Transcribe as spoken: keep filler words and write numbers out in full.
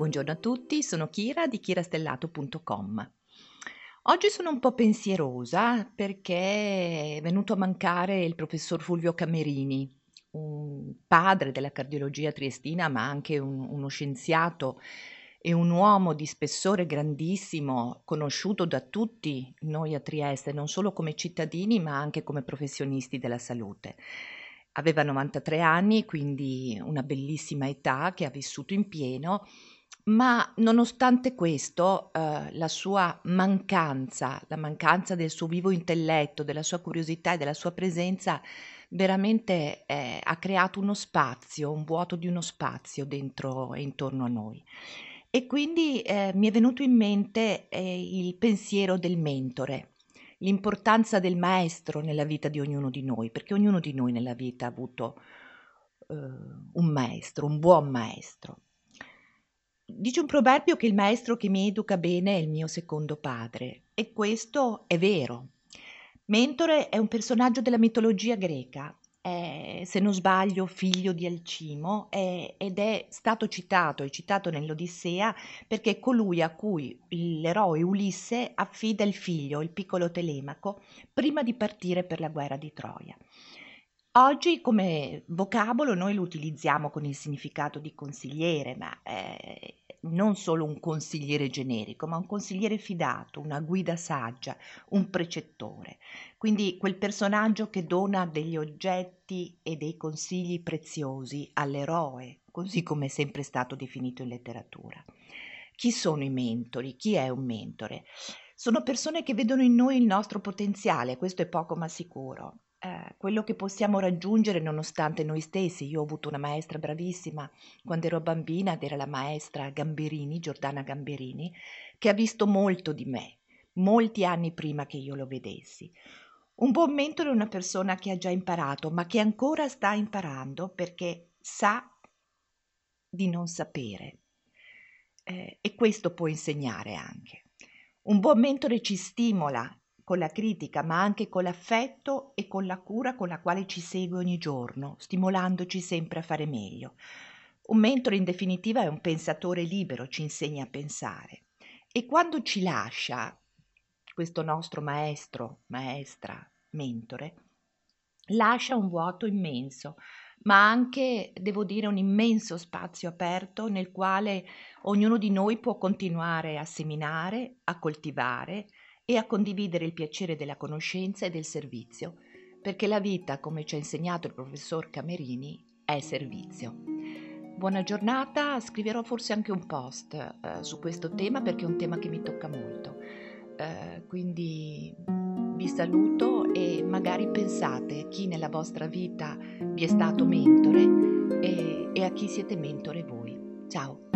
Buongiorno a tutti, sono Kira di kirastellato punto com. Oggi sono un po' pensierosa perché è venuto a mancare il professor Fulvio Camerini, un padre della cardiologia triestina, ma anche un uno scienziato e un uomo di spessore grandissimo, conosciuto da tutti noi a Trieste, non solo come cittadini, ma anche come professionisti della salute. Aveva novantatré anni, quindi una bellissima età che ha vissuto in pieno, ma nonostante questo, uhm, la sua mancanza, la mancanza del suo vivo intelletto, della sua curiosità e della sua presenza veramente, ehm, ha creato uno spazio, un vuoto di uno spazio dentro e intorno a noi. E quindi, ehm, mi è venuto in mente, ehm, il pensiero del mentore, l'importanza del maestro nella vita di ognuno di noi, perché ognuno di noi nella vita ha avuto, uhm, un maestro, un buon maestro. Dice un proverbio che il maestro che mi educa bene è il mio secondo padre, e questo è vero. Mentore è un personaggio della mitologia greca, è, se non sbaglio, figlio di Alcimo, è- ed è stato citato, è citato nell'Odissea perché è colui a cui l'eroe Ulisse affida il figlio, il piccolo Telemaco, prima di partire per la guerra di Troia. Oggi come vocabolo noi lo utilizziamo con il significato di consigliere, ma eh, non solo un consigliere generico, ma un consigliere fidato, una guida saggia, un precettore. Quindi quel personaggio che dona degli oggetti e dei consigli preziosi all'eroe, così come è sempre stato definito in letteratura. Chi sono i mentori? Chi è un mentore? Sono persone che vedono in noi il nostro potenziale, questo è poco ma sicuro. Eh, quello che possiamo raggiungere nonostante noi stessi. Io ho avuto una maestra bravissima quando ero bambina ed era la maestra Gamberini, Giordana Gamberini, che ha visto molto di me, molti anni prima che io lo vedessi. Un buon mentore è una persona che ha già imparato, ma che ancora sta imparando perché sa di non sapere. Eh, e questo può insegnare anche. Un buon mentore ci stimola con la critica, ma anche con l'affetto e con la cura con la quale ci segue ogni giorno, stimolandoci sempre a fare meglio. Un mentore in definitiva è un pensatore libero, ci insegna a pensare. E quando ci lascia questo nostro maestro, maestra, mentore, lascia un vuoto immenso, ma anche, devo dire, un immenso spazio aperto nel quale ognuno di noi può continuare a seminare, a coltivare e a condividere il piacere della conoscenza e del servizio, perché la vita, come ci ha insegnato il professor Camerini, è servizio. Buona giornata, scriverò forse anche un post eh, su questo tema perché è un tema che mi tocca molto. Eh, quindi vi saluto e magari pensate chi nella vostra vita vi è stato mentore e, e a chi siete mentore voi. Ciao!